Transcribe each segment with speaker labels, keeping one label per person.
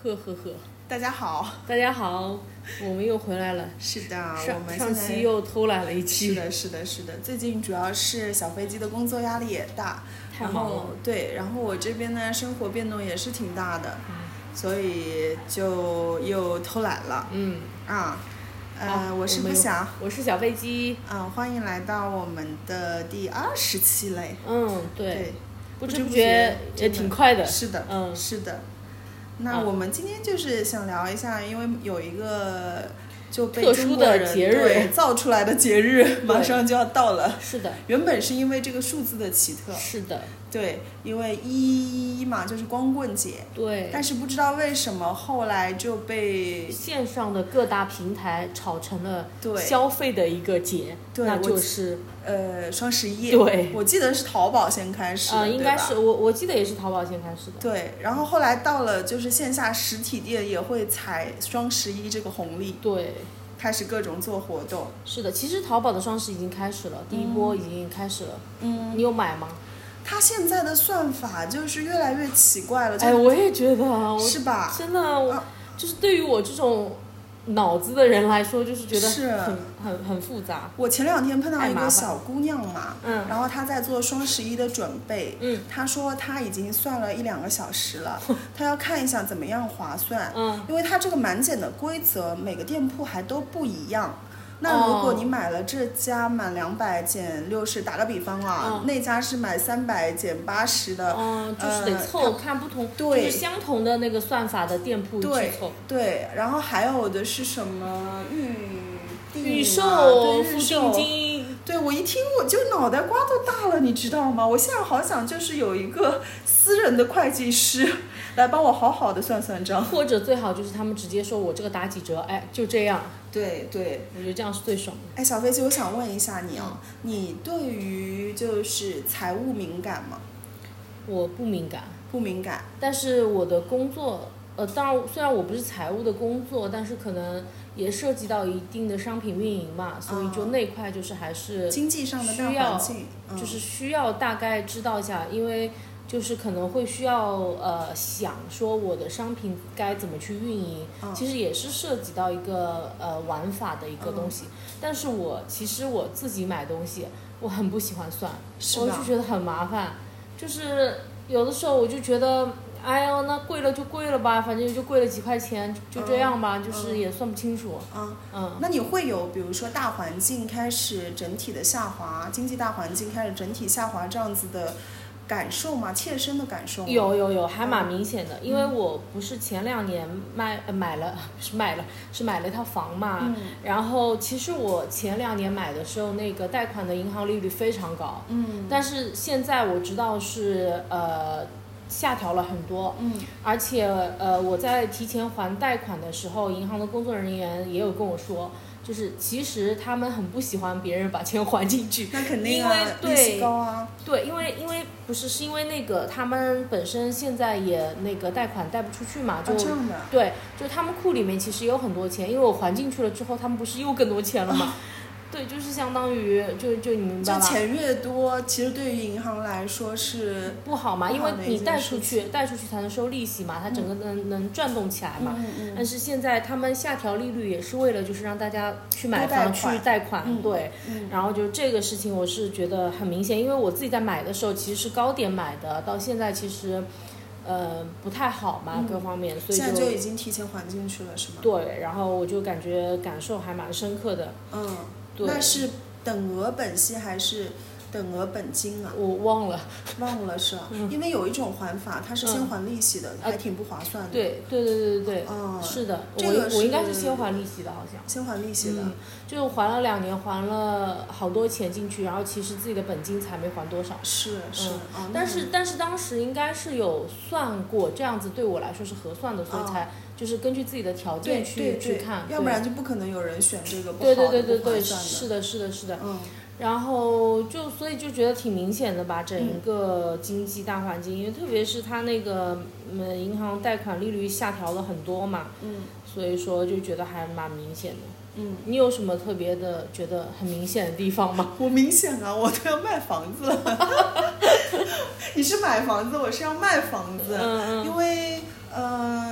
Speaker 1: 呵呵呵，
Speaker 2: 大家好，
Speaker 1: 大家好，我们又回来了。
Speaker 2: 是的，我们
Speaker 1: 上期又偷懒了一期。
Speaker 2: 是的。最近主要是小飞机的工作压力也大，
Speaker 1: 太忙了。
Speaker 2: 对，然后我这边呢，生活变动也是挺大的，所以就又偷懒了。我是不想，
Speaker 1: 我是小飞机。
Speaker 2: 欢迎来到我们的第20期嘞。
Speaker 1: 对，不知不觉也挺快的。
Speaker 2: 是的，是的。那我们今天就是想聊一下，因为有一个就被中国人对造出来的节日马上就要到了。
Speaker 1: 是的，
Speaker 2: 原本是因为这个数字的奇特。
Speaker 1: 是的，
Speaker 2: 对，因为111嘛，就是光棍节。
Speaker 1: 对。
Speaker 2: 但是不知道为什么后来就被
Speaker 1: 线上的各大平台炒成了
Speaker 2: 对
Speaker 1: 消费的一个节，
Speaker 2: 对，
Speaker 1: 那就是
Speaker 2: 双11。
Speaker 1: 对，
Speaker 2: 我记得是淘宝先开始的，
Speaker 1: 应该是我记得也是淘宝先开始的。
Speaker 2: 对，然后后来到了就是线下实体店也会踩双11这个红利。
Speaker 1: 对。
Speaker 2: 开始各种做活动。是
Speaker 1: 的，其实淘宝的双10已经开始了，第一波已经开始了。你有买吗？
Speaker 2: 它现在的算法就是越来越奇怪了。
Speaker 1: 我也觉得，
Speaker 2: 是吧？
Speaker 1: 真的，就是对于我这种脑子的人来说，就是觉得很复杂。
Speaker 2: 我前2天碰到一个小姑娘嘛，然后她在做双11的准备，她说她已经算了1-2个小时了，她要看一下怎么样划算，因为她这个满减的规则每个店铺还都不一样。那如果你买了这家满200减60，打个比方啊，那家是买300减80的，
Speaker 1: 就是得凑看不同，
Speaker 2: 对，
Speaker 1: 就是相同的那个算法的店铺去凑。
Speaker 2: 对，然后还有的是什么
Speaker 1: 预售、付定金。
Speaker 2: 对，我一听我就脑袋瓜都大了，你知道吗？我现在好想就是有一个私人的会计师来帮我好好的算算账，
Speaker 1: 或者最好就是他们直接说我这个打几折，就这样。
Speaker 2: 对，
Speaker 1: 我觉得这样是最爽的。
Speaker 2: 小飞机，我想问一下你你对于就是财务敏感吗？
Speaker 1: 我不敏感，
Speaker 2: 但
Speaker 1: 是我的工作，当然虽然我不是财务的工作，但是可能也涉及到一定的商品运营嘛，所以就那块就是还是
Speaker 2: 经济上的大环境，
Speaker 1: 就是需要大概知道一下，因为就是可能会需要想说我的商品该怎么去运营，其实也是涉及到一个玩法的一个东西。但是其实我自己买东西，我很不喜欢算，我就觉得很麻烦，就是有的时候我就觉得。哎呦，那贵了就贵了吧，反正也就贵了几块钱，就这样吧，就是也算不清楚。
Speaker 2: 那你会有比如说大环境开始整体的下滑，经济大环境开始整体下滑这样子的感受吗？切身的感受吗？
Speaker 1: 有，还蛮明显的。因为我不是前2年买了一套房嘛，然后其实我前2年买的时候，那个贷款的银行利率非常高，但是现在我知道是下调了很多，而且我在提前还贷款的时候，银行的工作人员也有跟我说，就是其实他们很不喜欢别人把钱还进去，
Speaker 2: 那肯定啊，利息高啊。
Speaker 1: 对，因为不是因为那个他们本身现在也那个贷款贷不出去嘛，就
Speaker 2: 这样的。
Speaker 1: 对，就他们库里面其实也有很多钱，因为我还进去了之后，他们不是又更多钱了吗？对，就是相当于就你明白吧？
Speaker 2: 就钱越多，其实对于银行来说是
Speaker 1: 不好嘛，因为你贷出去才能收利息嘛，它整个能转动起来嘛。但是现在他们下调利率也是为了就是让大家去买房去贷款，对。然后就这个事情我是觉得很明显，因为我自己在买的时候其实是高点买的，到现在其实不太好嘛，各方面，所以
Speaker 2: 现在就已经提前还进去了，是吗？
Speaker 1: 对，然后我就感受还蛮深刻的。
Speaker 2: 那是等额本息还是等额本金啊？
Speaker 1: 我忘了
Speaker 2: 是吧？因为有一种还法，它是先还利息的，还挺不划算的。
Speaker 1: 对，是的，我应该是先还利息的，好像
Speaker 2: 先还利息的，
Speaker 1: 就还了2年，还了好多钱进去，然后其实自己的本金才没还多少。
Speaker 2: 是，
Speaker 1: 但是当时应该是有算过，这样子对我来说是合算的，所以才。就是根据自己的条件去看，
Speaker 2: 要不然就不可能有人选这个不好的
Speaker 1: 对，是的。然后所以就觉得挺明显的吧，整一个经济大环境，因为特别是它那个银行贷款利率下调了很多嘛，所以说就觉得还蛮明显的。你有什么特别的觉得很明显的地方吗？
Speaker 2: 我明显啊，我都要卖房子了。你是买房子，我是要卖房子，因为就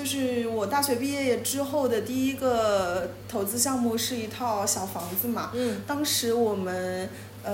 Speaker 2: 就是我大学毕业之后的第一个投资项目是一套小房子嘛。当时我们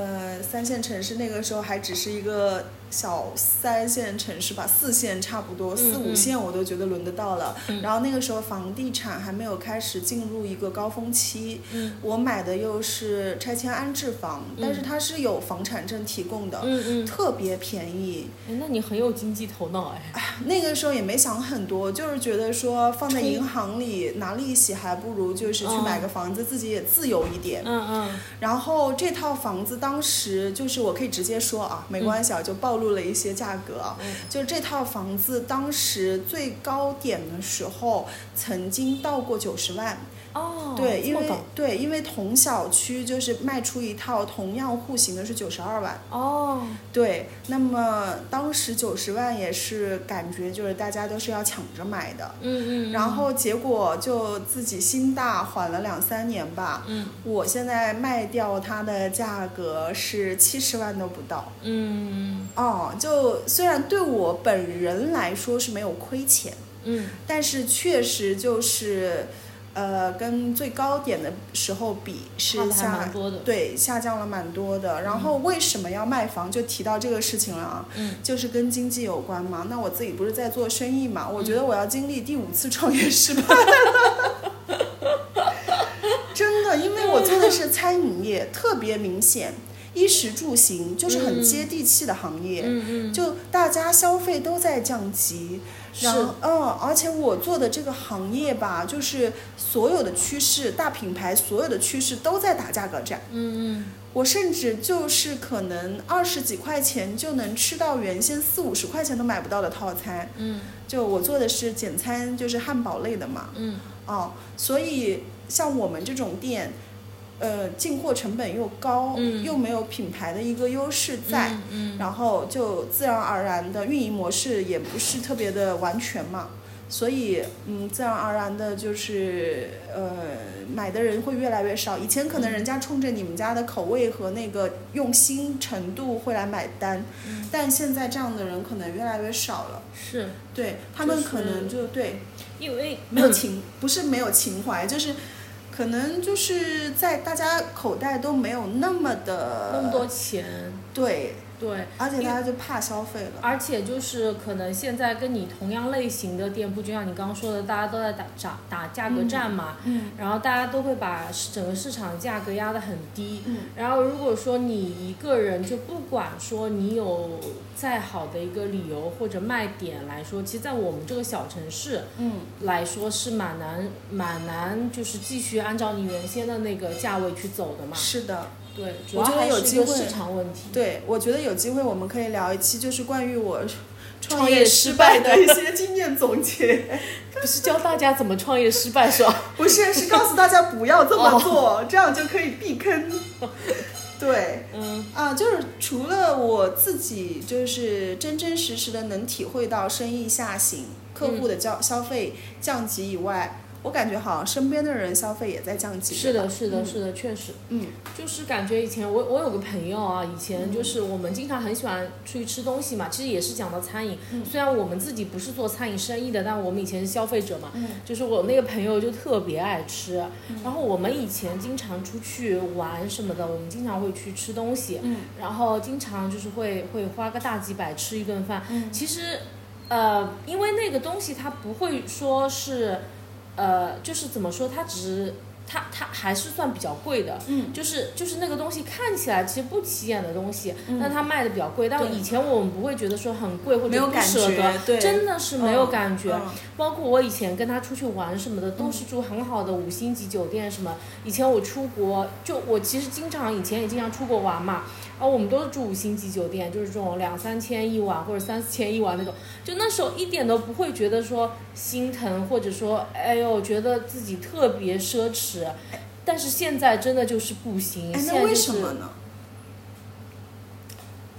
Speaker 2: 3线城市那个时候还只是一个小3线城市吧，4线差不多，4、5线我都觉得轮得到了。然后那个时候房地产还没有开始进入一个高峰期。我买的又是拆迁安置房，但是它是有房产证提供的，特别便宜。
Speaker 1: 那你很有经济头脑哎。
Speaker 2: 那个时候也没想很多，就是觉得说放在银行里拿利息还不如就是去买个房子，自己也自由一点。然后这套房子当时就是我可以直接说啊，没关系啊，就暴露了一些价格啊。就是这套房子当时最高点的时候曾经到过90万。对，因为同小区就是卖出一套同样户型的是92万。对，那么当时90万也是感觉就是大家都是要抢着买的。然后结果就自己心大缓了2-3年吧。我现在卖掉它的价格是70万都不到。就虽然对我本人来说是没有亏钱，但是确实就是跟最高点的时候比是下降了蛮多的。然后为什么要卖房，就提到这个事情了啊。就是跟经济有关嘛。那我自己不是在做生意嘛，我觉得我要经历第5次创业失败了。真的，因为我做的是餐饮业，特别明显。衣食住行就是很接地气的行业。就大家消费都在降级。而且我做的这个行业吧，就是所有的趋势，大品牌所有的趋势都在打价格战。我甚至就是可能20几块钱就能吃到原先40-50块钱都买不到的套餐。就我做的是简餐，就是汉堡类的嘛。所以像我们这种店，进货成本又高，又没有品牌的一个优势在，然后就自然而然的运营模式也不是特别的完全嘛。所以自然而然的就是买的人会越来越少。以前可能人家冲着你们家的口味和那个用心程度会来买单，但现在这样的人可能越来越少了。
Speaker 1: 是，
Speaker 2: 对，他们可能就对，
Speaker 1: 因为
Speaker 2: 没有不是没有情怀，就是可能就是在大家口袋都没有那么
Speaker 1: 多钱。对，
Speaker 2: 而且大家就怕消费了。
Speaker 1: 而且就是可能现在跟你同样类型的店铺，就像你刚刚说的，大家都在打价格战嘛。然后大家都会把整个市场价格压得很低。然后如果说你一个人，就不管说你有再好的一个理由或者卖点来说，其实在我们这个小城市来说是蛮难就是继续按照你原先的那个价位去走的嘛。
Speaker 2: 是的。
Speaker 1: 对，主要还是一个市场问题。
Speaker 2: 对，我觉得有机会我们可以聊一期，就是关于我创业失败的一些经验总结。
Speaker 1: 不是教大家怎么创业失败是吧？
Speaker 2: 不是，是告诉大家不要这么做，这样就可以避坑。对，就是除了我自己就是真真实实的能体会到生意下行，客户的消费降级以外，我感觉好像身边的人消费也在降级。
Speaker 1: 是的，确实。就是感觉以前我有个朋友啊，以前就是我们经常很喜欢出去吃东西嘛，其实也是讲到餐饮。虽然我们自己不是做餐饮生意的，但我们以前是消费者嘛。就是我那个朋友就特别爱吃，然后我们以前经常出去玩什么的，我们经常会去吃东西，然后经常就是会花个大几百吃一顿饭。其实因为那个东西它不会说是就是怎么说，它只是它还是算比较贵的。就是那个东西看起来其实不起眼的东西，但它卖的比较贵。但以前我们不会觉得说很贵或者不舍得，真的是没有感觉。包括我以前跟他出去玩什么的，都是住很好的5星级酒店什么。以前我出国，就我其实以前也经常出国玩嘛，然后我们都是住5星级酒店，就是这种2-3千一晚或者3-4千一晚那种。就那时候一点都不会觉得说心疼，或者说哎呦觉得自己特别奢侈。但是现在真的就是不行。
Speaker 2: 那为什么呢？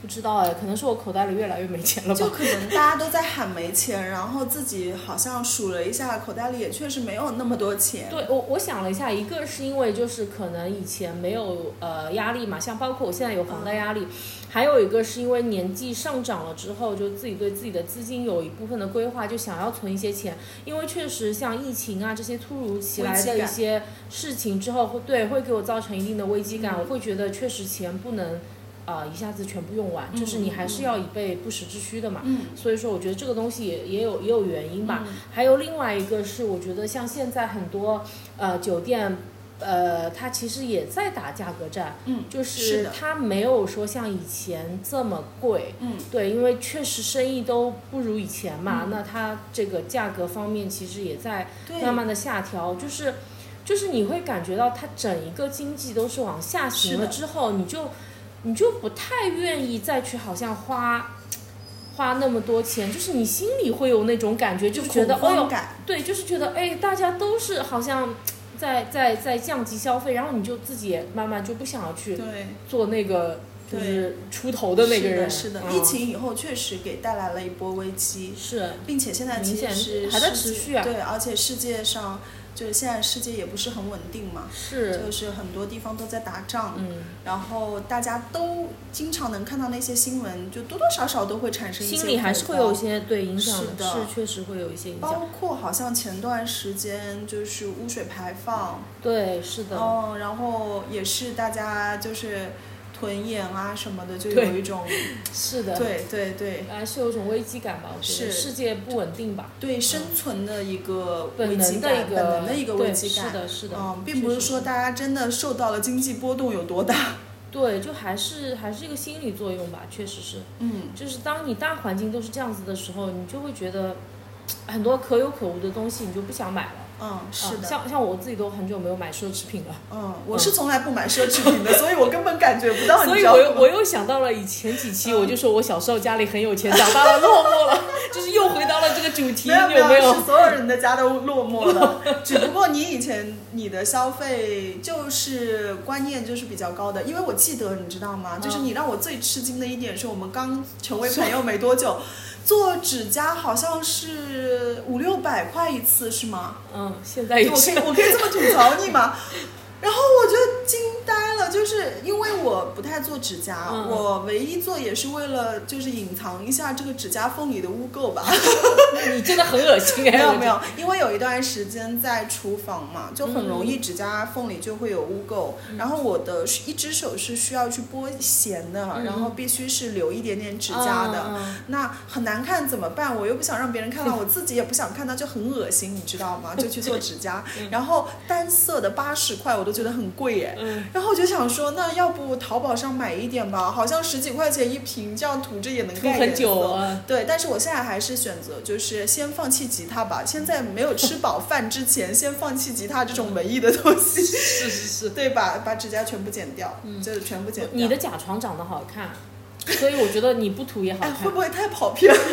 Speaker 1: 不知道哎，可能是我口袋里越来越没钱了吧。
Speaker 2: 就可能大家都在喊没钱，然后自己好像数了一下，口袋里也确实没有那么多钱。
Speaker 1: 对，我想了一下，一个是因为就是可能以前没有压力嘛，像包括我现在有房贷压力，还有一个是因为年纪上涨了之后，就自己对自己的资金有一部分的规划，就想要存一些钱，因为确实像疫情啊这些突如其来的一些事情之后，会给我造成一定的危机感，我会觉得确实钱不能。一下子全部用完，就是你还是要以备不时之需的嘛。所以说我觉得这个东西也有原因吧。还有另外一个是，我觉得像现在很多酒店。它其实也在打价格战，就是它没有说像以前这么贵，对，因为确实生意都不如以前嘛，那它这个价格方面其实也在慢慢的下调，就是你会感觉到它整一个经济都是往下行了之后，你就不太愿意再去好像花那么多钱，就是你心里会有那种感觉，就觉得对，就是觉得大家都是好像在降级消费，然后你就自己也慢慢就不想要去做那个就是出头的那个人。
Speaker 2: 是的，疫情以后确实给带来了一波危机，并且现在其实
Speaker 1: 还在持续啊。
Speaker 2: 对，而且世界上。就是现在世界也不是很稳定嘛，就是很多地方都在打仗，然后大家都经常能看到那些新闻，就多多少少都会产生一些
Speaker 1: 心理还是会有一些影响的，是确实会有一些影响。
Speaker 2: 包括好像前段时间就是污水排放，
Speaker 1: 对，是的，
Speaker 2: 然后也是大家就是囤盐啊什么的，就有一种
Speaker 1: 是的，
Speaker 2: 对，
Speaker 1: 是有一种危机感吧？我觉得世界不稳定吧？
Speaker 2: 对，生存的一个
Speaker 1: 本能的
Speaker 2: 一个危机感，
Speaker 1: 是的，
Speaker 2: 并不是说大家真的受到了经济波动有多大。
Speaker 1: 对，就还是一个心理作用吧，确实是。就是当你大环境都是这样子的时候，你就会觉得很多可有可无的东西你就不想买了。
Speaker 2: 是的，
Speaker 1: 像我自己都很久没有买奢侈品了。
Speaker 2: 我是从来不买奢侈品的，所以我根本感觉不到。
Speaker 1: 所以我又想到了以前几期，我就说我小时候家里很有钱，长大了落寞了，就是又回到了这个主题。有没有？
Speaker 2: 是所有人的家都落寞了，只不过你以前你的消费就是观念就是比较高的，因为我记得你知道吗？就是你让我最吃惊的一点是我们刚成为朋友没多久。做指甲好像是500-600块一次是吗？
Speaker 1: 现在也是。
Speaker 2: 我可以这么吐槽你吗？然后我就惊呆了，就是因为我不太做指甲，我唯一做也是为了就是隐藏一下这个指甲缝里的污垢吧。
Speaker 1: 你真的很恶心
Speaker 2: 没有，因为有一段时间在厨房嘛，就很容易指甲缝里就会有污垢，然后我的一只手是需要去剥咸的，然后必须是留一点点指甲的，那很难看怎么办？我又不想让别人看到，我自己也不想看到，就很恶心，你知道吗？就去做指甲，然后单色的80块我都觉得很贵耶，然后我就想说，那要不淘宝上买一点吧，好像10几块钱一瓶，这样涂着也能盖
Speaker 1: 很久啊。
Speaker 2: 对，但是我现在还是选择就是先放弃吉他吧，现在没有吃饱饭之前，先放弃吉他这种文艺的东西。
Speaker 1: 是，
Speaker 2: 对，把指甲全部剪掉，就是全部剪掉。
Speaker 1: 你的甲床长得好看，所以我觉得你不涂也好看。
Speaker 2: 会不会太跑偏了？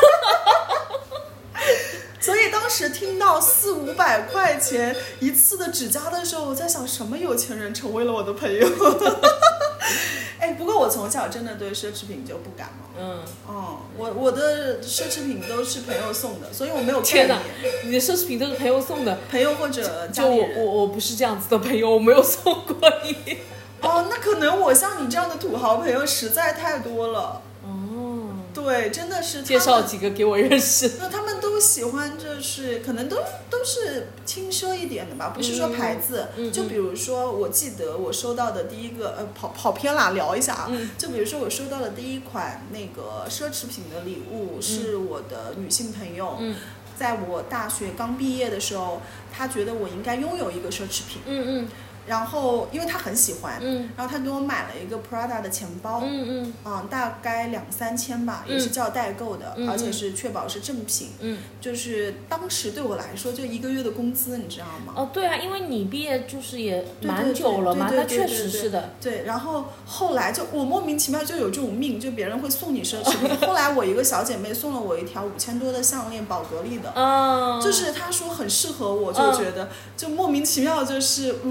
Speaker 2: 所以当时听到400-500块钱一次的指甲的时候，我在想什么有钱人成为了我的朋友？不过我从小真的对奢侈品就不感冒。我的奢侈品都是朋友送的，所以我没有概念。天哪，
Speaker 1: 你的奢侈品都是朋友送的？
Speaker 2: 朋友或者家里人。
Speaker 1: 我不是这样子的朋友，我没有送过你。
Speaker 2: 那可能我像你这样的土豪朋友实在太多了。对，真的是
Speaker 1: 介绍几个给我认识。
Speaker 2: 那他们都喜欢，就是可能都是轻奢一点的吧，不是说牌子。就比如说，我记得我收到的第一个跑偏了，聊一下啊。就比如说我收到的第一款那个奢侈品的礼物，是我的女性朋友。在我大学刚毕业的时候，她觉得我应该拥有一个奢侈品。然后因为他很喜欢，然后他给我买了一个 Prada 的钱包，大概2-3千吧，也是叫代购的，而且是确保是正品，就是当时对我来说就1个月的工资，你知道吗？
Speaker 1: 对啊，因为你毕业就是也蛮久了嘛，那确实是的。
Speaker 2: 对，然后后来就我莫名其妙就有这种命，就别人会送你奢侈品。后来我一个小姐妹送了我一条5000多的项链，宝格丽的，就是她说很适合我，就觉得就莫名其妙就是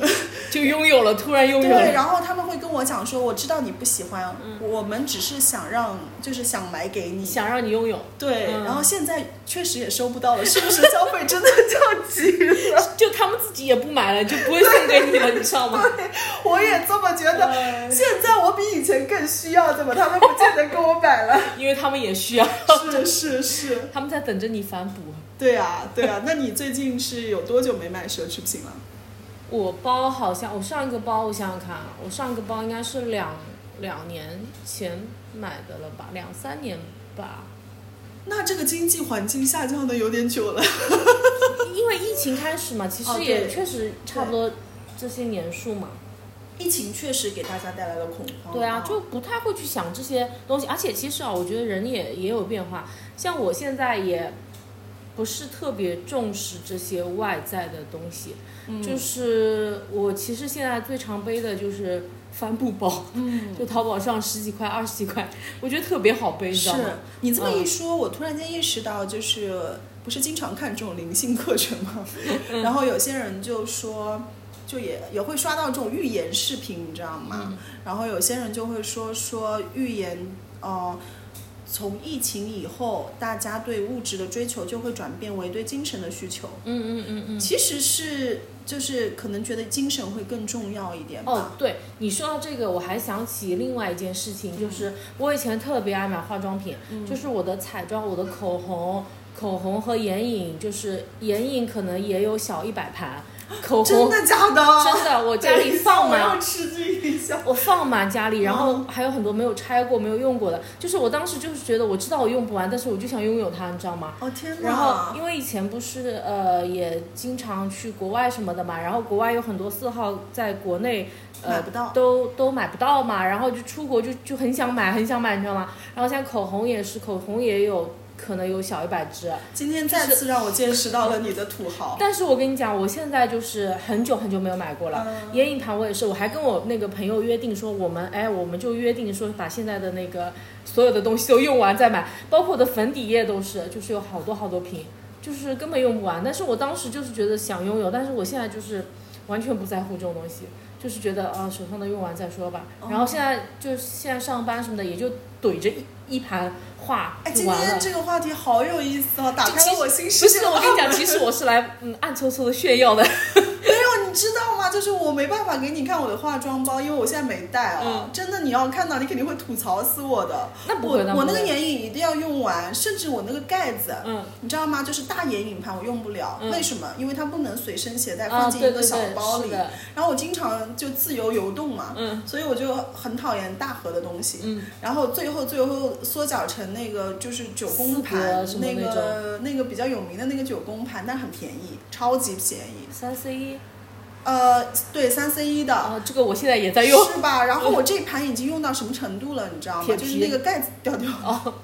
Speaker 1: 就拥有了，突然拥有了。
Speaker 2: 对，然后他们会跟我讲说，我知道你不喜欢，我们只是就是想买给你，
Speaker 1: 想让你拥有。
Speaker 2: 对，然后现在确实也收不到了，是不是消费真的降级了？
Speaker 1: 就他们自己也不买了，就不会送给你了，你知道吗？
Speaker 2: 对，我也这么觉得。现在我比以前更需要，怎么他们不见得给我买了？
Speaker 1: 因为他们也需要。
Speaker 2: 是，
Speaker 1: 他们在等着你反哺。
Speaker 2: 对啊。那你最近是有多久没买奢侈品了？
Speaker 1: 我包好像，我上一个包我想想看，我上一个包应该是两年前买的了吧，2-3年吧。
Speaker 2: 那这个经济环境下降的有点久了。
Speaker 1: 因为疫情开始嘛，其实也确实差不多这些年数嘛。
Speaker 2: 疫情确实给大家带来了恐慌。
Speaker 1: 对啊，就不太会去想这些东西，而且其实我觉得人也有变化。像我现在也不是特别重视这些外在的东西，就是我其实现在最常背的就是帆布包，就淘宝上10几块、20几块，我觉得特别好背，你知道吗？
Speaker 2: 是你这么一说，我突然间意识到，就是不是经常看这种灵性课程吗？然后有些人就说，就也会刷到这种预言视频，你知道吗？然后有些人就会说预言，从疫情以后，大家对物质的追求就会转变为对精神的需求。其实是就是可能觉得精神会更重要一点吧。
Speaker 1: 对，你说到这个，我还想起另外一件事情，就是我以前特别爱买化妆品，就是我的彩妆、我的口红和眼影，就是眼影可能也有小100盘。口红
Speaker 2: 真的假的？
Speaker 1: 真的，我家里放满，
Speaker 2: 我要吃惊一下。
Speaker 1: 我放满家里，然后还有很多没有拆过、没有用过的。就是我当时就是觉得，我知道我用不完，但是我就想拥有它，你知道吗？
Speaker 2: 天哪！
Speaker 1: 然后因为以前不是也经常去国外什么的嘛，然后国外有很多色号在国内
Speaker 2: 买不到，
Speaker 1: 都买不到嘛，然后就出国就很想买，你知道吗？然后像口红也是，口红也有。可能有小100支。
Speaker 2: 今天再次让我见识到了你的土豪。
Speaker 1: 但是我跟你讲，我现在就是很久没有买过了。眼影盘我也是，我还跟我那个朋友约定说，我们就约定说把现在的那个所有的东西都用完再买，包括我的粉底液都是，就是有好多瓶，就是根本用不完。但是我当时就是觉得想拥有，但是我现在就是完全不在乎这种东西，就是觉得手上的用完再说吧。然后现在上班什么的，也就怼着一盘画就完了。
Speaker 2: 今天这个话题好有意思哦，打开了我新世界。
Speaker 1: 不是，我跟你讲，其实我是来暗搓搓的炫耀的。
Speaker 2: 没有，你知道吗？就是我没办法给你看我的化妆包，因为我现在没带真的，你要看到，你肯定会吐槽死我的。
Speaker 1: 那不会，
Speaker 2: 我那个眼影一定要用完，甚至我那个盖子，你知道吗？就是大眼影盘我用不了，为什么？因为它不能随身携带，放进一个小包里。然后我经常就自由游动嘛，所以我就很讨厌大盒的东西。然后最后缩小成那个就是9宫盘，那个比较有名的那个9宫盘，但很便宜，超级便宜。
Speaker 1: 3C1。
Speaker 2: 对，3C1的。
Speaker 1: 这个我现在也在用。
Speaker 2: 是吧？然后我这盘已经用到什么程度了，你知道吗？就是那个盖子掉掉。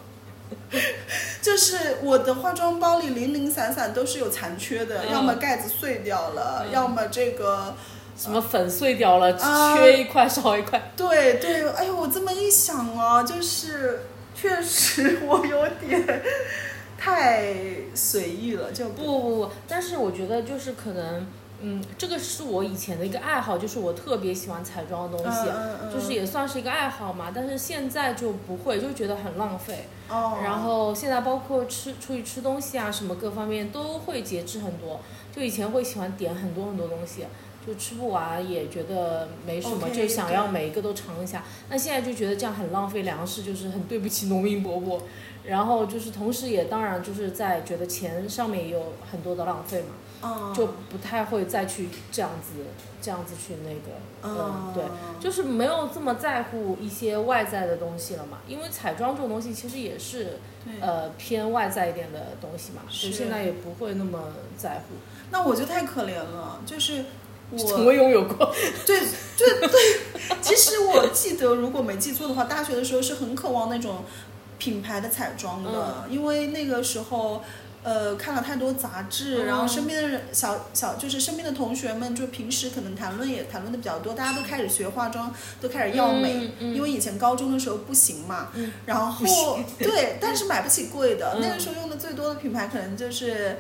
Speaker 2: 就是我的化妆包里零零散散都是有残缺的，要么盖子碎掉了，要么这个
Speaker 1: 什么粉碎掉了，缺一块少一块。
Speaker 2: 对，哎呦，我这么一想啊，就是确实我有点太随意了，就
Speaker 1: 不，但是我觉得就是可能。这个是我以前的一个爱好，就是我特别喜欢彩妆的东西，就是也算是一个爱好嘛。但是现在就不会，就觉得很浪费。然后现在包括出去吃东西啊，什么各方面都会节制很多。就以前会喜欢点很多东西，就吃不完也觉得没什么，就想要每一个都尝一下。那现在就觉得这样很浪费粮食，就是很对不起农民伯伯。然后就是同时也当然就是在觉得钱上面也有很多的浪费嘛。就不太会再去这样子去那个，对，就是没有这么在乎一些外在的东西了嘛。因为彩妆这种东西其实也是偏外在一点的东西嘛，所以现在也不会那么在乎。
Speaker 2: 那我就太可怜了，就是
Speaker 1: 我拥有过。
Speaker 2: 对，其实我记得，如果没记错的话，大学的时候是很渴望那种品牌的彩妆的，因为那个时候。 看了太多杂志，然后身边的人就是身边的同学们，就平时可能谈论的比较多，大家都开始学化妆，都开始要美，因为以前高中的时候不行嘛，然后对，但是买不起贵的，那个时候用的最多的品牌可能就是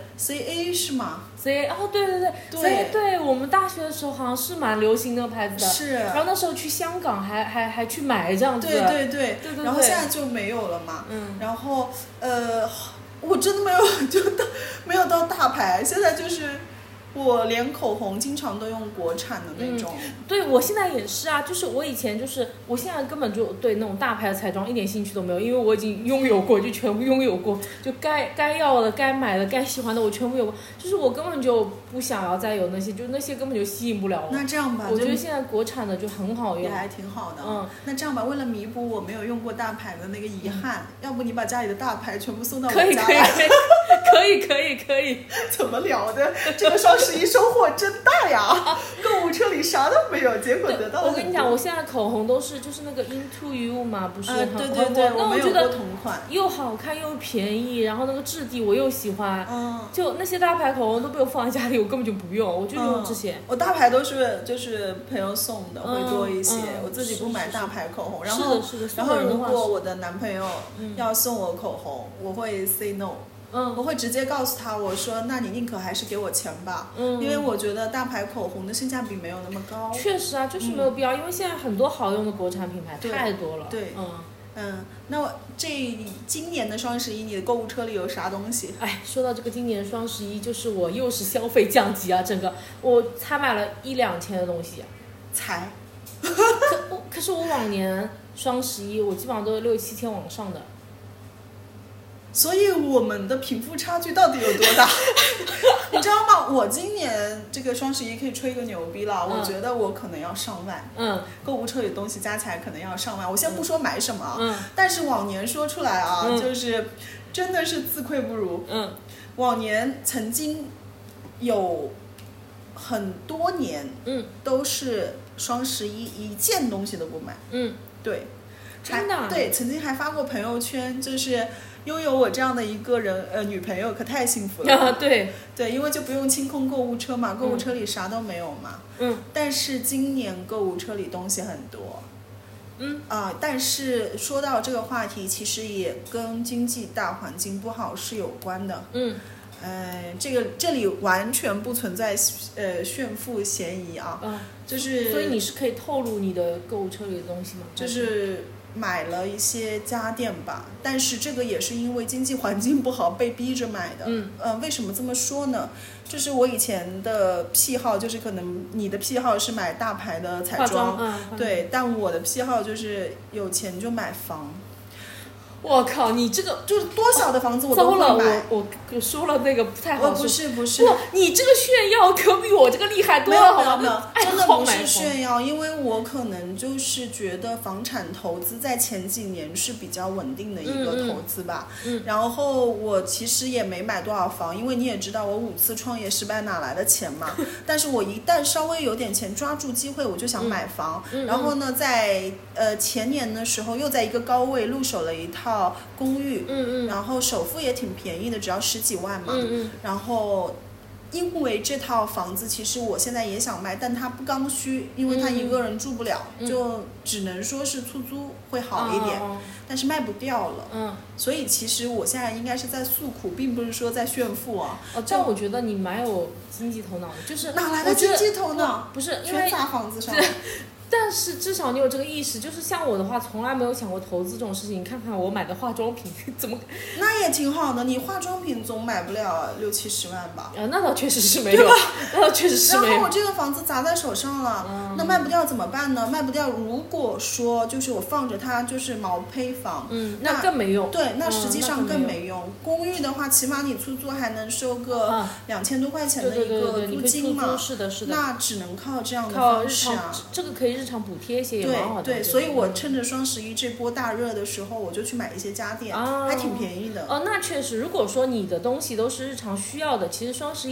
Speaker 2: CA 是吗
Speaker 1: ？CA 哦，对，我们大学的时候好像是蛮流行那个牌子的，
Speaker 2: 是，
Speaker 1: 然后那时候去香港还去买这样子，
Speaker 2: 对，然后现在就没有了嘛，然后我真的没有到大牌，现在就是我连口红经常都用国产的那种。
Speaker 1: 对，我现在也是啊，就是我以前我现在根本就对那种大牌的彩妆一点兴趣都没有，因为我已经拥有过，就全部拥有过，就该要的、该买的、该喜欢的我全部有过，就是我根本就不想要再有那些，就那些根本就吸引不了我。
Speaker 2: 那这样吧，
Speaker 1: 我觉得现在国产的就很好用，
Speaker 2: 也还挺好的。那这样吧，为了弥补我没有用过大牌的那个遗憾，要不你把家里的大牌全部送到我家来？
Speaker 1: 可以。
Speaker 2: 怎么聊的？这个双11收获真大呀！购物车里啥都没有，结果得到了。
Speaker 1: 我跟你讲，我现在口红都是就是那个 Into You 嘛，不是？
Speaker 2: 对，
Speaker 1: 那我觉得
Speaker 2: 同款
Speaker 1: 又好看又便宜，然后那个质地我又喜欢。就那些大牌口红都被我放在家里，我根本就不用，我就用这些。
Speaker 2: 我大牌都是就是朋友送的，会多一些。我自己不买大牌口红。然后如果我的男朋友要送我口红，我会 say no。我会直接告诉他，我说那你宁可还是给我钱吧，因为我觉得大牌口红的性价比没有那么高。
Speaker 1: 确实啊，就是没有必要，因为现在很多好用的国产品牌太多了。
Speaker 2: 对，那我今年的双11，你的购物车里有啥东西？
Speaker 1: 说到这个今年的双11，就是我又是消费降级啊，整个我才买了1-2千的东西，
Speaker 2: 才。
Speaker 1: 可是我往年双11，我基本上都是6-7千往上的。
Speaker 2: 所以我们的贫富差距到底有多大？你知道吗？我今年这个双11可以吹个牛逼了，我觉得我可能要上万。购物车里东西加起来可能要上万。我先不说买什么，但是往年说出来啊，就是真的是自愧不如。往年曾经有很多年，都是双11一件东西都不买。对，
Speaker 1: 真的。
Speaker 2: 对，曾经还发过朋友圈，就是拥有我这样的一个人，女朋友可太幸福了。对，因为就不用清空购物车嘛，购物车里啥都没有嘛。但是今年购物车里东西很多。但是说到这个话题，其实也跟经济大环境不好是有关的。这里完全不存在炫富嫌疑啊。就是
Speaker 1: 所以你是可以透露你的购物车里的东西吗？
Speaker 2: 就是买了一些家电吧，但是这个也是因为经济环境不好被逼着买的。为什么这么说呢？就是我以前的癖好，就是可能你的癖好是买大牌的彩妆，对，但我的癖好就是有钱就买房。
Speaker 1: 我靠，你这个
Speaker 2: 就是多小的房子我都会买。
Speaker 1: 我说了那个不太好。
Speaker 2: 不是，
Speaker 1: 你这个炫耀可比我这个厉害多了。
Speaker 2: 没有，真的不是炫耀，因为我可能就是觉得房产投资在前几年是比较稳定的一个投资吧。然后我其实也没买多少房，因为你也知道我5次创业失败哪来的钱嘛。但是我一旦稍微有点钱，抓住机会我就想买房。然后呢，在前年的时候又在一个高位入手了一套公寓，然后首付也挺便宜的，只要10几万嘛。然后因为这套房子其实我现在也想卖，但它不刚需，因为它一个人住不了，就只能说是出租会好一点，但是卖不掉了。所以其实我现在应该是在诉苦，并不是说在炫富啊。
Speaker 1: 这样我觉得你蛮有经济头脑的，就是
Speaker 2: 哪来的经济头脑？
Speaker 1: 不是
Speaker 2: 全砸房子上。
Speaker 1: 但是至少你有这个意识，就是像我的话，从来没有想过投资这种事情。你看看我买的化妆品，怎么？
Speaker 2: 那也挺好的，你化妆品总买不了60-70万吧？
Speaker 1: 那倒确实是没有，那倒确实是没有。
Speaker 2: 然后我这个房子砸在手上了，那卖不掉怎么办呢？卖不掉，如果说就是我放着它就是毛坯房，
Speaker 1: 那更没用。
Speaker 2: 对，那实际上更没用。公寓的话，起码你出租还能收个2000多块钱的一个租金嘛。
Speaker 1: 是的。
Speaker 2: 那只能靠这样的方式啊。
Speaker 1: 这个可以日常补贴一些也蛮好的。
Speaker 2: 对，所以我趁着双11这波大热的时候，我就去买一些家电，还挺便宜的。
Speaker 1: 那确实，如果说你的东西都是日常需要的，其实双11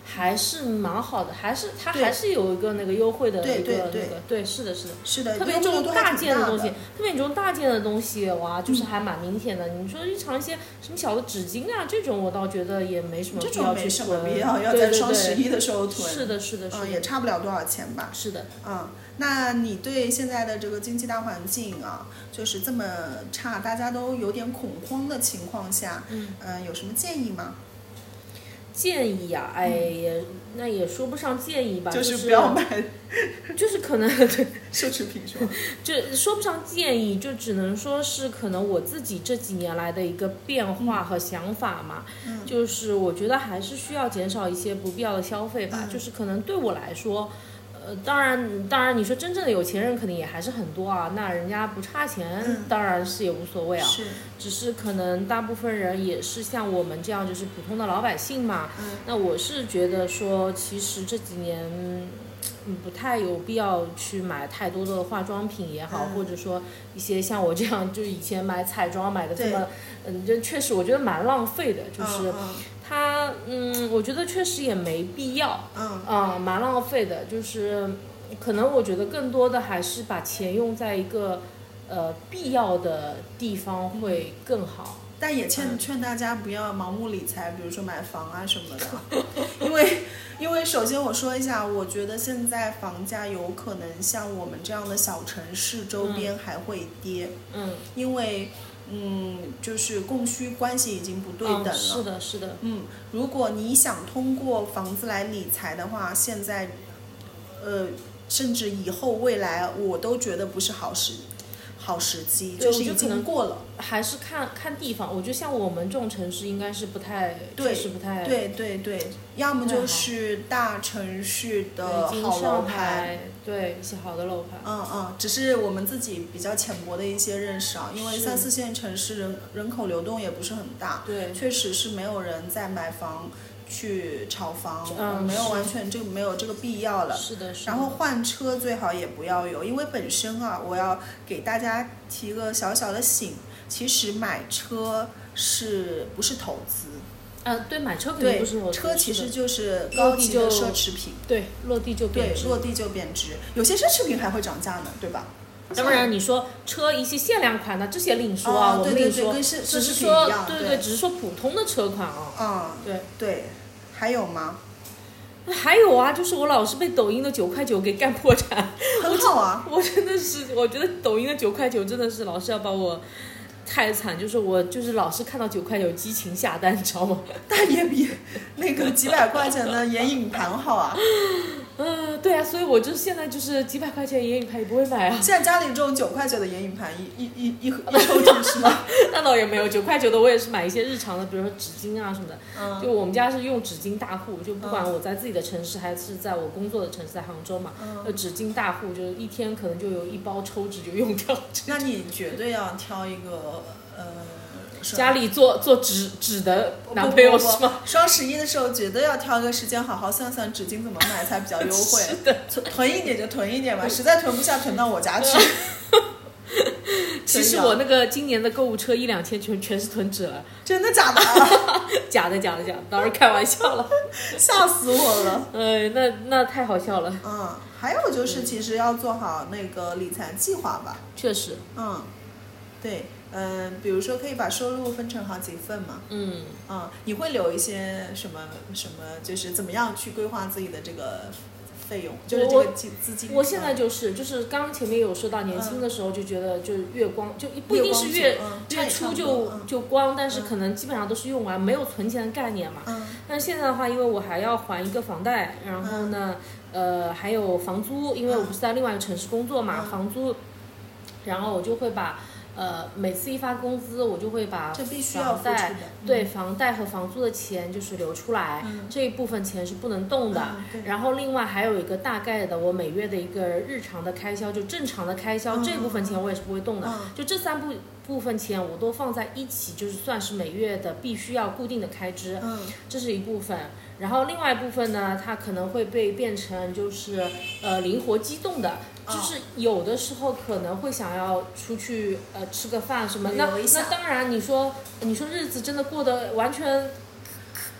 Speaker 1: 还是蛮好的，它还是有一个那个优惠的一个那个，对，是的，特别这种大件的东西，哇，就是还蛮明显的。你说日常一些什么小的纸巾啊，这种我倒觉得也没什么必要去囤，
Speaker 2: 这种没什么必要，要在双11的时候囤。
Speaker 1: 是的，
Speaker 2: 也差不了多少钱吧。
Speaker 1: 是的，
Speaker 2: 那你对现在的这个经济大环境啊，就是这么差，大家都有点恐慌的情况下，有什么建议吗？
Speaker 1: 建议呀，那也说不上建议吧，
Speaker 2: 就是不要买，
Speaker 1: 就是可能对
Speaker 2: 奢侈品是吧？
Speaker 1: 就说不上建议，就只能说是可能我自己这几年来的一个变化和想法嘛。就是我觉得还是需要减少一些不必要的消费吧。就是可能对我来说，当然，你说真正的有钱人肯定也还是很多啊，那人家不差钱，当然是也无所谓啊。只是可能大部分人也是像我们这样，就是普通的老百姓嘛。那我是觉得说，其实这几年，不太有必要去买太多的化妆品也好，或者说一些像我这样，就以前买彩妆买的这么，这确实我觉得蛮浪费的，就是它，我觉得确实也没必要，蛮浪费的，就是可能我觉得更多的还是把钱用在一个必要的地方会更好。
Speaker 2: 但也劝大家不要盲目理财，比如说买房啊什么的，因为首先我说一下，我觉得现在房价有可能像我们这样的小城市周边还会跌，因为就是供需关系已经不对等了。
Speaker 1: 是的。
Speaker 2: 如果你想通过房子来理财的话，现在甚至以后未来我都觉得不是好时机，就是已经过了。
Speaker 1: 还是看地方，我觉得像我们这种城市应该是不太，确实不太。
Speaker 2: 对，要么就是大城市的好楼盘，
Speaker 1: 对，一些好的楼盘。
Speaker 2: 只是我们自己比较浅薄的一些认识啊，因为3、4线城市人口流动也不是很大，
Speaker 1: 对，
Speaker 2: 确实是没有人在买房去炒房，没有完全没有这个必要了。
Speaker 1: 是的。
Speaker 2: 然后换车最好也不要有，因为本身我要给大家提个小小的醒，其实买车不是投资。
Speaker 1: 对，买车肯定不是投资。
Speaker 2: 车其实就是高级的奢侈品。
Speaker 1: 对，落地就贬值。
Speaker 2: 落地就贬值，有些奢侈品还会涨价呢，对吧？
Speaker 1: 当然，你说车一些限量款的这些另说啊，我们另说，
Speaker 2: 跟奢
Speaker 1: 只是
Speaker 2: 侈品一样，
Speaker 1: 对，只是说普通的车款啊。
Speaker 2: 对，还有吗？
Speaker 1: 还有啊，就是我老是被抖音的9块9给干破产，
Speaker 2: 很好啊！
Speaker 1: 我真的是，我觉得抖音的9块9真的是老是要把我太惨，就是我就是老是看到9块9激情下单，你知道吗？
Speaker 2: 但也比那个几百块钱的眼影盘好啊。
Speaker 1: 对啊，所以我就现在就是几百块钱眼影盘也不会买啊。
Speaker 2: 现在家里这种9块9的眼影盘一抽屉是吗？
Speaker 1: 那倒也没有，9块9的我也是买一些日常的，比如说纸巾啊什么的。就我们家是用纸巾大户，就不管我在自己的城市还是在我工作的城市，在杭州嘛，纸巾大户，就是一天可能就有1包抽纸就用掉。
Speaker 2: 那你绝对要挑一个
Speaker 1: 家里做纸的男朋友是吗？
Speaker 2: 双11的时候绝对要挑个时间好好算算纸巾怎么买才比较优惠。
Speaker 1: 是的，
Speaker 2: 囤一点就囤一点吧，实在囤不下囤到我家去。
Speaker 1: 其实我那个今年的购物车1-2千全是囤纸了。
Speaker 2: 真的假的？
Speaker 1: 假的，当然开玩笑了，
Speaker 2: 吓死我了。
Speaker 1: 那太好笑了。
Speaker 2: 还有就是其实要做好那个理财计划吧。
Speaker 1: 确实。
Speaker 2: 对。比如说可以把收入分成好几份嘛。你会留一些什么，就是怎么样去规划自己的这个费用，就是这个资金。
Speaker 1: 我现在就是刚刚前面有说到，年轻的时候就觉得就是月光，就不一定是月初就光，但是可能基本上都是用完，没有存钱的概念嘛。但是现在的话，因为我还要还一个房贷，然后呢，还有房租，因为我不是在另外一个城市工作嘛，房租，然后我就会把。每次一发工资，我就会把房贷和房租的钱就是留出来，这一部分钱是不能动的。然后另外还有一个大概的我每月的一个日常的开销，就正常的开销，这部分钱我也是不会动的。就这3部分钱我都放在一起，就是算是每月的必须要固定的开支。这是一部分。然后另外一部分呢，它可能会被变成就是灵活机动的。就是有的时候可能会想要出去吃个饭什么，那当然你说日子真的过得完全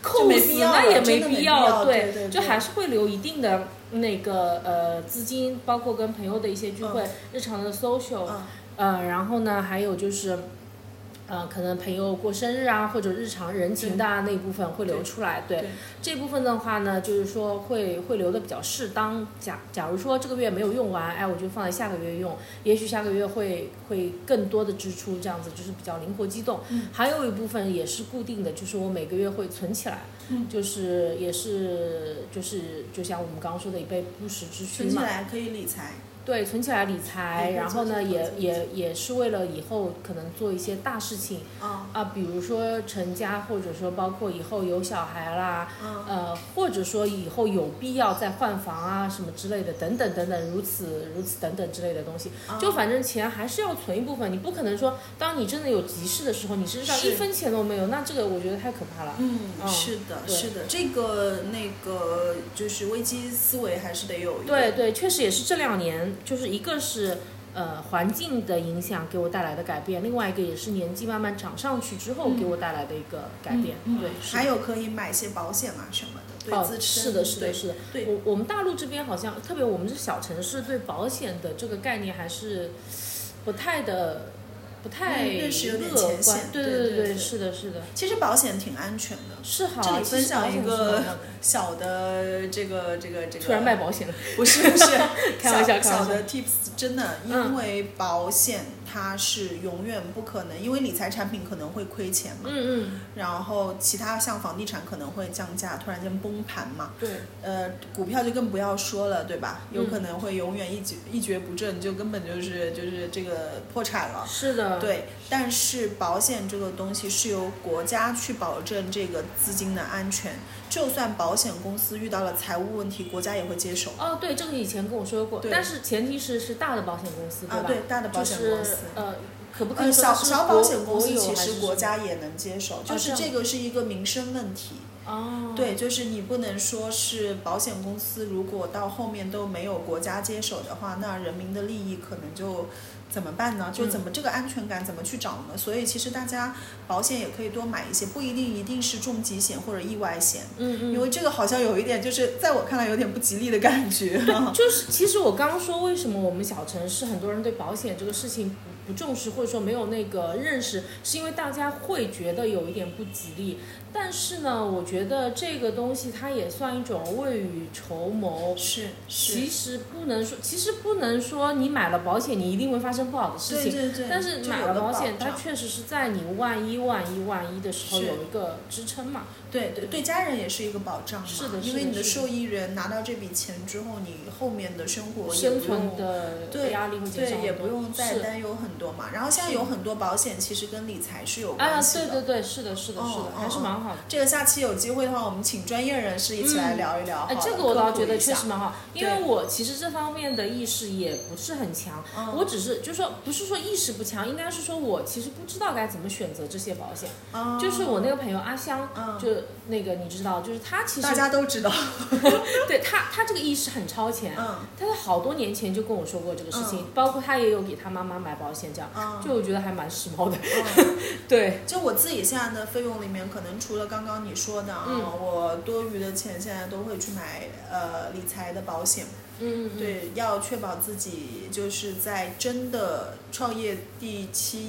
Speaker 1: 扣死那也没必要，
Speaker 2: 对，
Speaker 1: 就还是会留一定的那个资金，包括跟朋友的一些聚会，日常的 social，然后呢还有就是。可能朋友过生日啊，或者日常人情的那一部分会留出来。对，这部分的话呢，就是说会留的比较适当。假如说这个月没有用完，哎，我就放在下个月用。也许下个月会更多的支出，这样子就是比较灵活机动。还有一部分也是固定的，就是我每个月会存起来。就是也是就像我们刚刚说的一辈不时之需嘛。
Speaker 2: 存起来可以理财。
Speaker 1: 对，存起来理财，然后呢，也是为了以后可能做一些大事情，比如说成家，或者说包括以后有小孩啦，或者说以后有必要再换房啊什么之类的，等等等等，如此等等之类的东西，就反正钱还是要存一部分，你不可能说当你真的有急事的时候，你身上1分钱都没有，那这个我觉得太可怕了。
Speaker 2: 是的，是的，这个就是危机思维还是得有一
Speaker 1: 点。对，确实也是这2年。就是一个是环境的影响给我带来的改变，另外一个也是年纪慢慢长上去之后给我带来的一个改变。对，
Speaker 2: 还有可以买些保险啊什么的，对自身。
Speaker 1: 是的。对，我们大陆这边好像，特别我们这小城市，对保险的这个概念还是不太
Speaker 2: 认识有点浅显。
Speaker 1: 对，是的。
Speaker 2: 其实保险挺安全的。
Speaker 1: 是好。
Speaker 2: 这里分享一个小的这个。
Speaker 1: 突然卖保险了？
Speaker 2: 不是，
Speaker 1: 开玩笑。
Speaker 2: 小的 tips， 真的，因为保险它是永远不可能，因为理财产品可能会亏钱嘛。然后其他像房地产可能会降价，突然间崩盘嘛。
Speaker 1: 对。
Speaker 2: 股票就更不要说了，对吧？有可能会永远一蹶不振，就根本就是这个破产了。
Speaker 1: 是的。
Speaker 2: 对，但是保险这个东西是由国家去保证这个资金的安全，就算保险公司遇到了财务问题，国家也会接手。
Speaker 1: 对，这个以前跟我说过，但是前提是大的保险公司，对吧？
Speaker 2: 对，大的保险公司。
Speaker 1: 可不可以说
Speaker 2: 小保险公司其实国家也能接手，就是这个是一个民生问题。对，就是你不能说是保险公司如果到后面都没有国家接手的话，那人民的利益可能就怎么办呢？就怎么这个安全感怎么去找呢？所以其实大家保险也可以多买一些，不一定是重疾险或者意外险。因为这个好像有一点就是在我看来有点不吉利的感觉。
Speaker 1: 就是其实我刚刚说为什么我们小城市很多人对保险这个事情不重视，或者说没有那个认识，是因为大家会觉得有一点不吉利。但是呢，我觉得这个东西它也算一种未雨绸缪。
Speaker 2: 是。
Speaker 1: 其实不能说你买了保险你一定会发生不好的事情。
Speaker 2: 对。
Speaker 1: 但是买了保险，它确实是在你万一的时候有一个支撑嘛。
Speaker 2: 对家人也是一个保障嘛。
Speaker 1: 是的。
Speaker 2: 因为你的受益人拿到这笔钱之后，你后面的生活
Speaker 1: 生存的压力会减少。
Speaker 2: 对，也不用再担忧很多嘛。然后现在有很多保险其实跟理财是有关系的。
Speaker 1: 对，是的，还是蛮好的。
Speaker 2: 这个下期有机会的话，我们请专业人士一起来聊一聊。
Speaker 1: 这个我倒觉得确实蛮好，因为我其实这方面的意识也不是很强。我只是就是说不是说意识不强，应该是说我其实不知道该怎么选择这些保险。就是我那个朋友阿香，就那个你知道，就是他其实
Speaker 2: 大家都知道。
Speaker 1: 对他这个意识很超前。他在好多年前就跟我说过这个事情，包括他也有给他妈妈买保险，这样就我觉得还蛮时髦的。对，
Speaker 2: 就我自己现在的费用里面，可能除了刚刚你说的我多余的钱现在都会去买理财的保险。对，要确保自己就是在真的创业第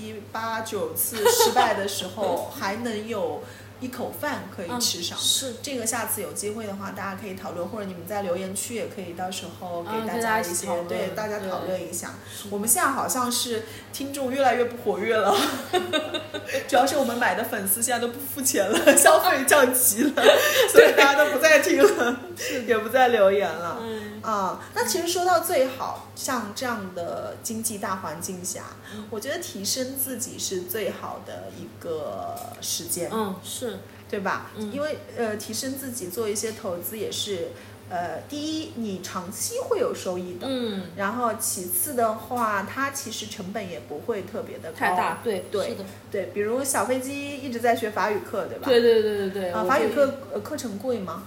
Speaker 2: 7、8、9次失败的时候，还能有一口饭可以吃上。
Speaker 1: 是
Speaker 2: 这个，下次有机会的话，大家可以讨论，或者你们在留言区也可以到时候给大家一些对大家讨论一下。我们现在好像是听众越来越不活跃了，主要是我们买的粉丝现在都不付钱了，消费降级了，所以大家都不再听了，也不再留言了。那其实说到最好，像这样的经济大环境下，我觉得提升自己是最好的一个时间。
Speaker 1: 是，
Speaker 2: 对吧？因为提升自己做一些投资也是第一你长期会有收益的。然后其次的话，它其实成本也不会特别的高。
Speaker 1: 太大。对，是的。
Speaker 2: 对，比如小飞机一直在学法语课，对吧？
Speaker 1: 对。
Speaker 2: 法语课课程贵吗？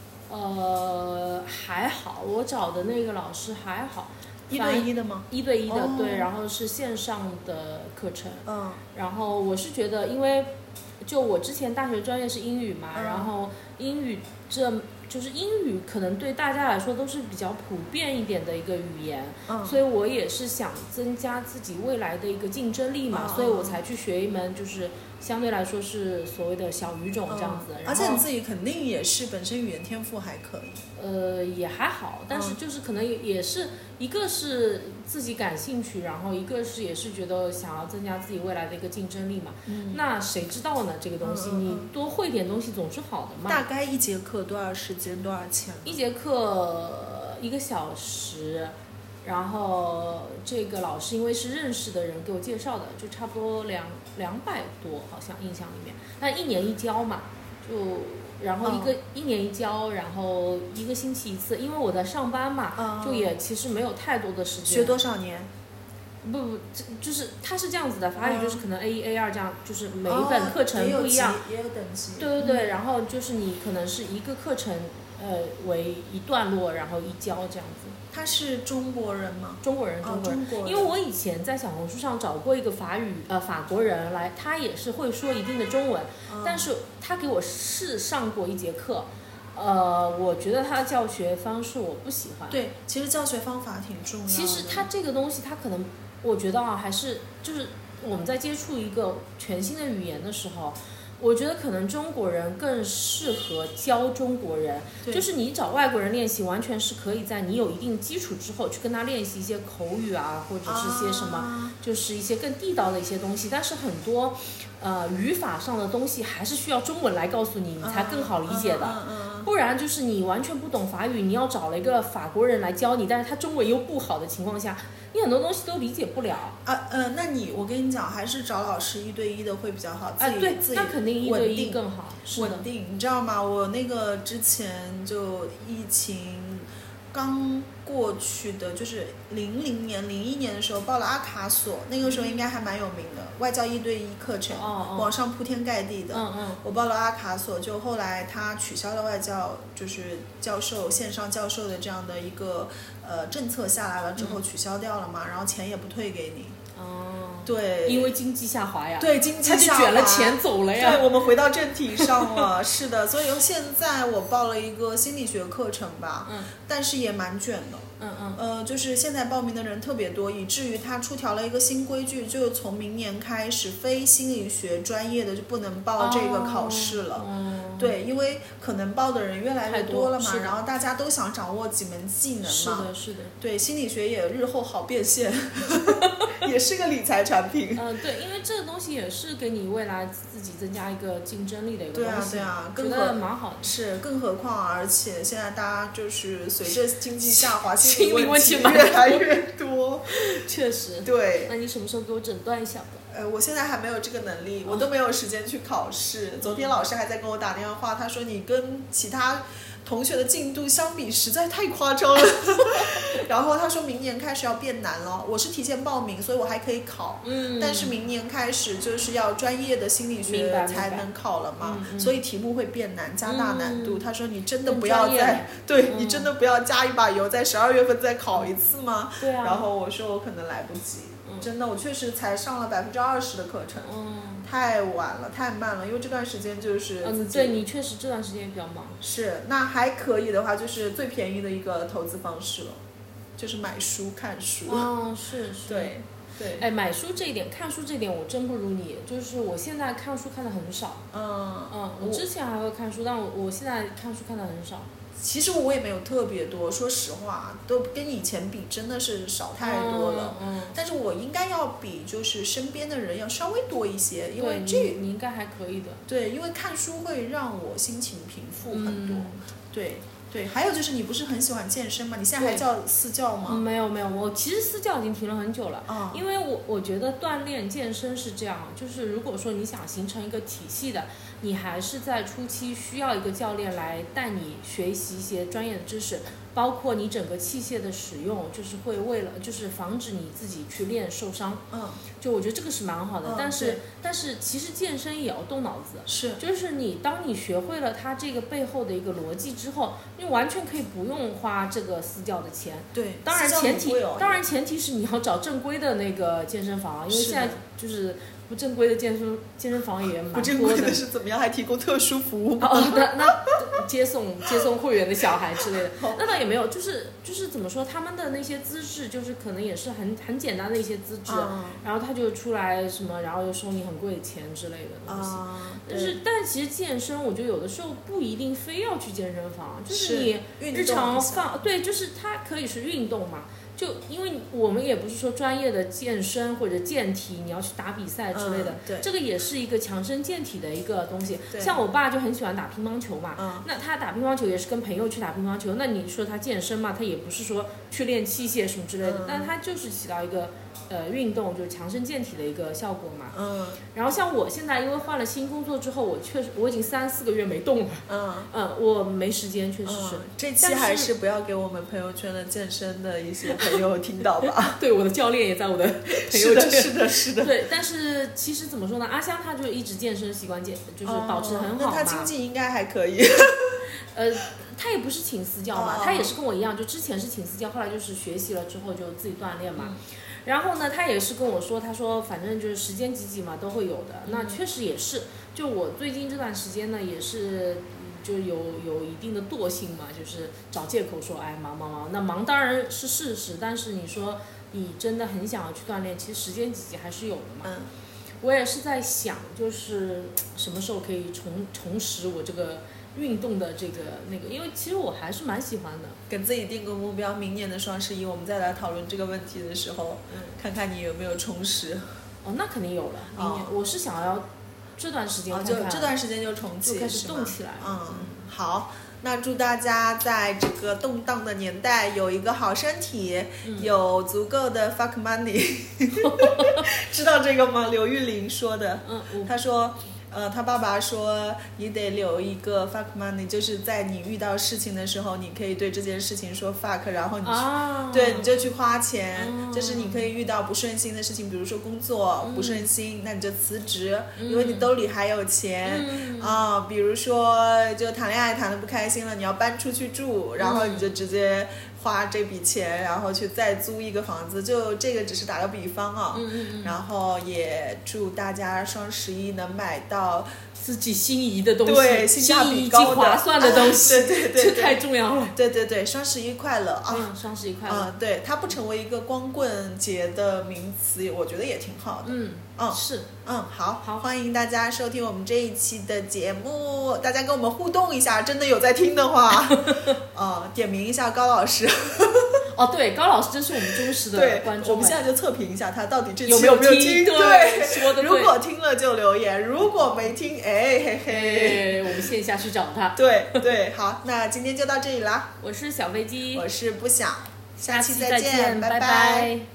Speaker 1: 还好，我找的那个老师还好。
Speaker 2: 1对1的吗
Speaker 1: ？1对1的，对，然后是线上的课程。然后我是觉得，因为就我之前大学专业是英语嘛，然后英语就是英语可能对大家来说都是比较普遍一点的一个语言，所以我也是想增加自己未来的一个竞争力嘛，所以我才去学一门就是相对来说是所谓的小语种这样子。
Speaker 2: 而且你自己肯定也是本身语言天赋还可以。
Speaker 1: 也还好，但是就是可能也是一个是自己感兴趣，然后一个是也是觉得想要增加自己未来的一个竞争力嘛。那谁知道呢？这个东西你多会点东西总是好的嘛。
Speaker 2: 大概一节课多少时间多少钱？
Speaker 1: 一节课1个小时，然后这个老师因为是认识的人给我介绍的，就差不多200多，好像印象里面。但1年1教嘛，就。然后一年1教，然后1个星期1次，因为我在上班嘛，就也其实没有太多的时间。
Speaker 2: 学多少年？
Speaker 1: 不，就是它是这样子的，法语就是可能 A1 A2 这样，就是每一本课程不一样，
Speaker 2: 也有等级。
Speaker 1: 对对对，然后就是你可能是一个课程，为一段落，然后1教这样子。
Speaker 2: 他是中国人吗？
Speaker 1: 中国人。因为我以前在小红书上找过一个法国人来，他也是会说一定的中文，但是他给我试上过1节课，我觉得他的教学方式我不喜欢。
Speaker 2: 对，其实教学方法挺重要的。
Speaker 1: 其实他这个东西，他可能我觉得还是就是我们在接触一个全新的语言的时候。我觉得可能中国人更适合教中国人，就是你找外国人练习，完全是可以在你有一定基础之后去跟他练习一些口语啊，或者是些什么，就是一些更地道的一些东西。但是很多语法上的东西还是需要中文来告诉你，你才更好理解的。不然就是你完全不懂法语，你要找了一个法国人来教你，但是他中文又不好的情况下，你很多东西都理解不了。
Speaker 2: 那我跟你讲，还是找老师1对1的会比较好。
Speaker 1: 对，那肯定1对1更好。
Speaker 2: 稳定，你知道吗？我那个之前就疫情刚过去的，就是00年、01年的时候报了阿卡索，那个时候应该还蛮有名的，外教1对1课程，网上铺天盖地的。我报了阿卡索，就后来他取消了外教，就是线上教授的这样的一个政策下来了之后取消掉了嘛，然后钱也不退给你。对，
Speaker 1: 因为经济下滑呀。
Speaker 2: 对，经济下滑，
Speaker 1: 他就卷了钱走了呀。
Speaker 2: 对，我们回到正题上了。是的，所以现在我报了一个心理学课程吧，但是也蛮卷的。就是现在报名的人特别多，以至于他出条了一个新规矩，就从明年开始，非心理学专业的就不能报这个考试了。对，因为可能报的人越来越多了嘛，然后大家都想掌握几门技能嘛。
Speaker 1: 是的。
Speaker 2: 对，心理学也日后好变现。也是个理财产品。
Speaker 1: 对，因为这个东西也是给你未来自己增加一个竞争力的一个东西。
Speaker 2: 对啊，
Speaker 1: 觉得蛮好的。
Speaker 2: 是，更何况而且现在大家就是随着经济下滑，
Speaker 1: 心理问题
Speaker 2: 越来越多。
Speaker 1: 确实。
Speaker 2: 对。
Speaker 1: 那你什么时候给我诊断一下吧？
Speaker 2: 我现在还没有这个能力，我都没有时间去考试。昨天老师还在跟我打电话，他说你跟其他同学的进度相比实在太夸张了。然后他说明年开始要变难了，我是提前报名，所以我还可以考。但是明年开始就是要专业的心理学才能考了嘛，所以题目会变难，加大难度。他说你真的不要你真的不要加一把油，在12月份再考一次吗？
Speaker 1: 对啊。
Speaker 2: 然后我说我可能来不及。真的，我确实才上了20%的课程。太晚了，太慢了，因为这段时间就是
Speaker 1: 对，你确实这段时间也比较忙。
Speaker 2: 是，那还可以的话，就是最便宜的一个投资方式了，就是买书看书。
Speaker 1: 是。
Speaker 2: 对。
Speaker 1: 买书这一点，看书这一点我真不如你，就是我现在看书看的很少。我之前还会看书，但我现在看书看的很少。
Speaker 2: 其实我也没有特别多，说实话，都跟以前比真的是少太多了。但是我应该要比就是身边的人要稍微多一些，因为
Speaker 1: 你应该还可以的。
Speaker 2: 对，因为看书会让我心情平复很多。对，还有就是你不是很喜欢健身吗？你现在还叫私教吗？
Speaker 1: 没有，我其实私教已经停了很久了。因为我觉得锻炼健身是这样，就是如果说你想形成一个体系的，你还是在初期需要一个教练来带你学习一些专业的知识，包括你整个器械的使用，就是会为了就是防止你自己去练受伤。就我觉得这个是蛮好的。但是其实健身也要动脑子。
Speaker 2: 是。
Speaker 1: 就是当你学会了它这个背后的一个逻辑之后，你完全可以不用花这个私教的钱。
Speaker 2: 对。
Speaker 1: 当然前提是你要找正规的那个健身房，因为现在就是不正规的健身房也蛮多的。
Speaker 2: 不正规的是怎么样？还提供特殊服务？
Speaker 1: 那接送会员的小孩之类的，那倒也没有，就是怎么说，他们的那些资质就是可能也是很简单的一些资质，然后他就出来什么，然后又收你很贵的钱之类的东西。但其实健身，我觉得有的时候不一定非要去健身房，就是你日常对，就是它可以是运动嘛。就因为我们也不是说专业的健身或者健体，你要去打比赛之类的，这个也是一个强身健体的一个东西。像我爸就很喜欢打乒乓球嘛，那他打乒乓球也是跟朋友去打乒乓球，那你说他健身嘛，他也不是说去练器械什么之类的，但他就是起到一个运动，就是强身健体的一个效果嘛。然后像我现在因为换了新工作之后，我已经3-4个月没动了。我没时间，确实是。
Speaker 2: 这期还是不要给我们朋友圈的健身的一些朋友听到吧。
Speaker 1: 对，我的教练也在我的朋友圈。
Speaker 2: 是的。
Speaker 1: 对，但是其实怎么说呢？阿香她就一直健身习惯就是保持很好嘛。
Speaker 2: 那她经济应该还可以。
Speaker 1: 他也不是请私教嘛，他也是跟我一样，就之前是请私教，后来就是学习了之后就自己锻炼嘛。然后呢，他也是跟我说，他说反正就是时间挤嘛都会有的。那确实也是，就我最近这段时间呢，也是就有一定的惰性嘛，就是找借口说忙。那忙当然是事实，但是你说你真的很想要去锻炼，其实时间挤还是有的嘛。我也是在想，就是什么时候可以重拾我这个运动的这个那个，因为其实我还是蛮喜欢的。
Speaker 2: 给自己定个目标，明年的双11我们再来讨论这个问题的时候，看看你有没有重拾。
Speaker 1: 那肯定有了。明年我是想要这段时间看看，
Speaker 2: 这段时间就重启，
Speaker 1: 就开始动起来。
Speaker 2: 好。那祝大家在这个动荡的年代有一个好身体，有足够的 fuck money。知道这个吗？刘玉玲说的。她说他爸爸说你得留一个 fuck money， 就是在你遇到事情的时候，你可以对这件事情说 fuck， 然后你就去花钱。就是你可以遇到不顺心的事情，比如说工作不顺心，那你就辞职，因为你兜里还有钱。比如说就谈恋爱谈得不开心了，你要搬出去住，然后你就直接花这笔钱，然后去再租一个房子。就这个只是打个比方然后也祝大家双11能买到
Speaker 1: 自己心仪的东西，
Speaker 2: 对，性价比高的、
Speaker 1: 划算的东西。
Speaker 2: 对，
Speaker 1: 这太重要了。
Speaker 2: 对，双11快乐
Speaker 1: 双11快乐。
Speaker 2: 对，它不成为一个光棍节的名词，我觉得也挺好的。
Speaker 1: 是。
Speaker 2: 好，欢迎大家收听我们这一期的节目，大家跟我们互动一下，真的有在听的话，点名一下高老师。
Speaker 1: 对，高老师真是我们忠实的观众。
Speaker 2: 我们现在就测评一下他到底这期
Speaker 1: 有没有
Speaker 2: 听。
Speaker 1: 对，说的对。
Speaker 2: 如果听了就留言，如果没听，嘿嘿。
Speaker 1: 我们线下去找他。
Speaker 2: 对，好，那今天就到这里啦。
Speaker 1: 我是小飞机，
Speaker 2: 我是不想，下期
Speaker 1: 再
Speaker 2: 见，拜
Speaker 1: 拜。